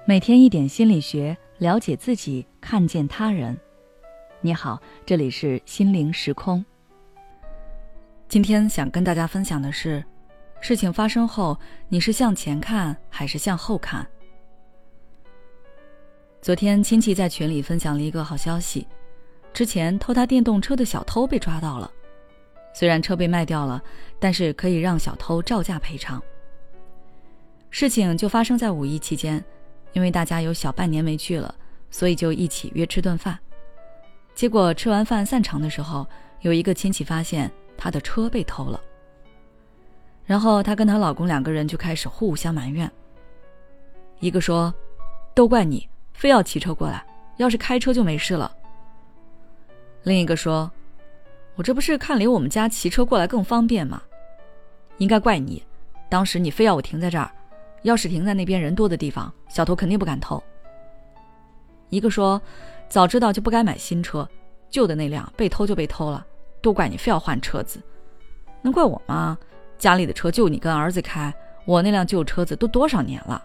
每天一点心理学，了解自己，看见他人。你好，这里是心灵时空。今天想跟大家分享的是，事情发生后，你是向前看还是向后看？昨天亲戚在群里分享了一个好消息，之前偷他电动车的小偷被抓到了。虽然车被卖掉了，但是可以让小偷照价赔偿。事情就发生在五一期间，因为大家有小半年没聚了，所以就一起约吃顿饭。结果吃完饭散场的时候，有一个亲戚发现他的车被偷了，然后她跟她老公两个人就开始互相埋怨。一个说，都怪你非要骑车过来，要是开车就没事了。另一个说，我这不是看离我们家骑车过来更方便吗？应该怪你，当时你非要我停在这儿，要是停在那边人多的地方，小偷肯定不敢偷。一个说，早知道就不该买新车，旧的那辆被偷就被偷了，都怪你非要换车子。能怪我吗？家里的车就你跟儿子开，我那辆旧车子都多少年了。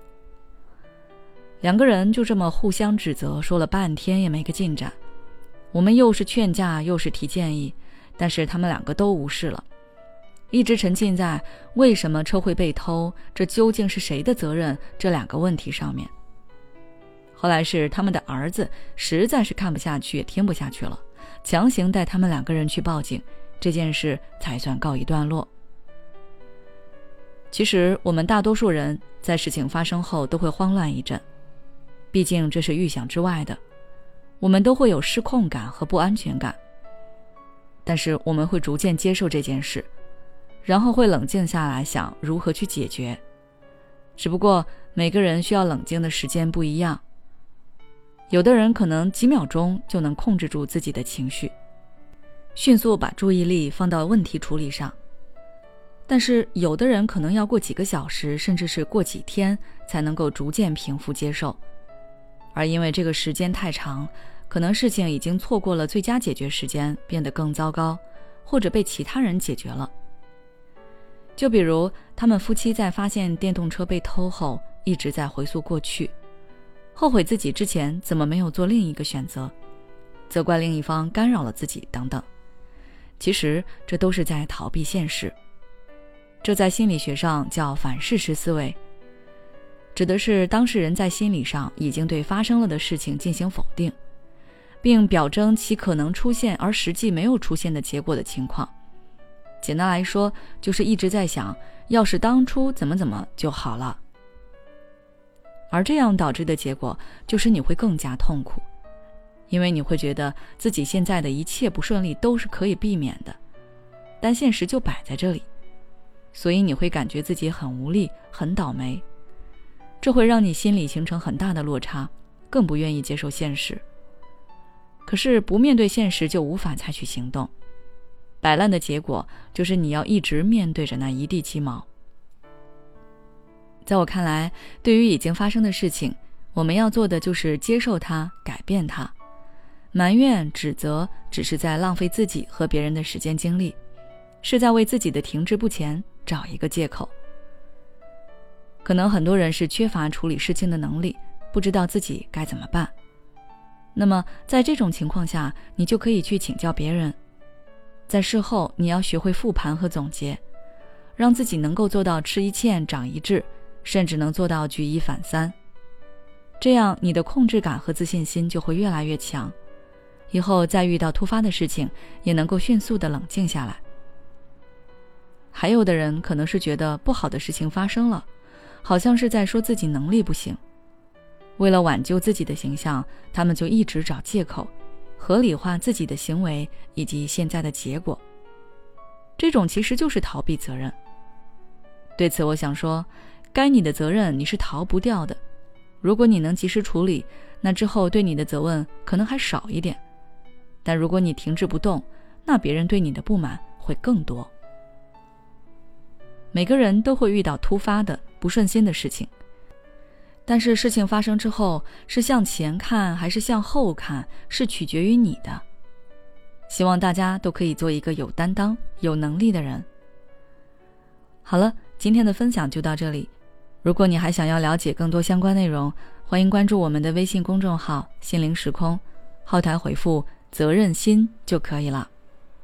两个人就这么互相指责，说了半天也没个进展。我们又是劝架又是提建议，但是他们两个都无视了，一直沉浸在为什么车会被偷，这究竟是谁的责任这两个问题上面。后来是他们的儿子实在是看不下去也听不下去了，强行带他们两个人去报警，这件事才算告一段落。其实我们大多数人在事情发生后都会慌乱一阵，毕竟这是预想之外的，我们都会有失控感和不安全感。但是我们会逐渐接受这件事，然后会冷静下来想如何去解决。只不过每个人需要冷静的时间不一样，有的人可能几秒钟就能控制住自己的情绪，迅速把注意力放到问题处理上，但是有的人可能要过几个小时，甚至是过几天才能够逐渐平复接受。而因为这个时间太长，可能事情已经错过了最佳解决时间，变得更糟糕，或者被其他人解决了。就比如他们夫妻在发现电动车被偷后，一直在回溯过去，后悔自己之前怎么没有做另一个选择，责怪另一方干扰了自己等等。其实这都是在逃避现实，这在心理学上叫反事实思维，指的是当事人在心理上已经对发生了的事情进行否定，并表征其可能出现而实际没有出现的结果的情况。简单来说，就是一直在想要是当初怎么怎么就好了。而这样导致的结果就是你会更加痛苦，因为你会觉得自己现在的一切不顺利都是可以避免的，但现实就摆在这里，所以你会感觉自己很无力，很倒霉。这会让你心里形成很大的落差，更不愿意接受现实。可是不面对现实就无法采取行动，摆烂的结果就是你要一直面对着那一地鸡毛。在我看来，对于已经发生的事情，我们要做的就是接受它，改变它。埋怨、指责只是在浪费自己和别人的时间精力，是在为自己的停滞不前找一个借口。可能很多人是缺乏处理事情的能力，不知道自己该怎么办。那么在这种情况下，你就可以去请教别人。在事后你要学会复盘和总结，让自己能够做到吃一堑长一智，甚至能做到举一反三。这样你的控制感和自信心就会越来越强，以后再遇到突发的事情也能够迅速地冷静下来。还有的人可能是觉得不好的事情发生了，好像是在说自己能力不行，为了挽救自己的形象，他们就一直找借口，合理化自己的行为以及现在的结果。这种其实就是逃避责任。对此我想说，该你的责任你是逃不掉的，如果你能及时处理，那之后对你的责问可能还少一点，但如果你停滞不动，那别人对你的不满会更多。每个人都会遇到突发的不顺心的事情，但是事情发生之后，是向前看还是向后看，是取决于你的。希望大家都可以做一个有担当、有能力的人。好了，今天的分享就到这里。 如果你还想要了解更多相关内容，欢迎关注我们的微信公众号心灵时空，后台回复责任心就可以了。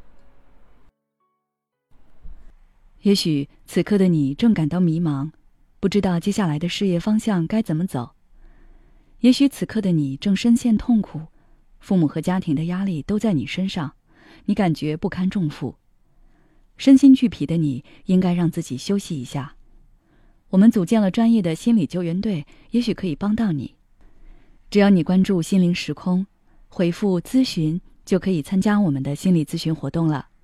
也许此刻的你正感到迷茫，不知道接下来的事业方向该怎么走。也许此刻的你正深陷痛苦，父母和家庭的压力都在你身上，你感觉不堪重负。身心俱疲的你应该让自己休息一下。我们组建了专业的心理救援队，也许可以帮到你。只要你关注心灵时空，回复咨询就可以参加我们的心理咨询活动了。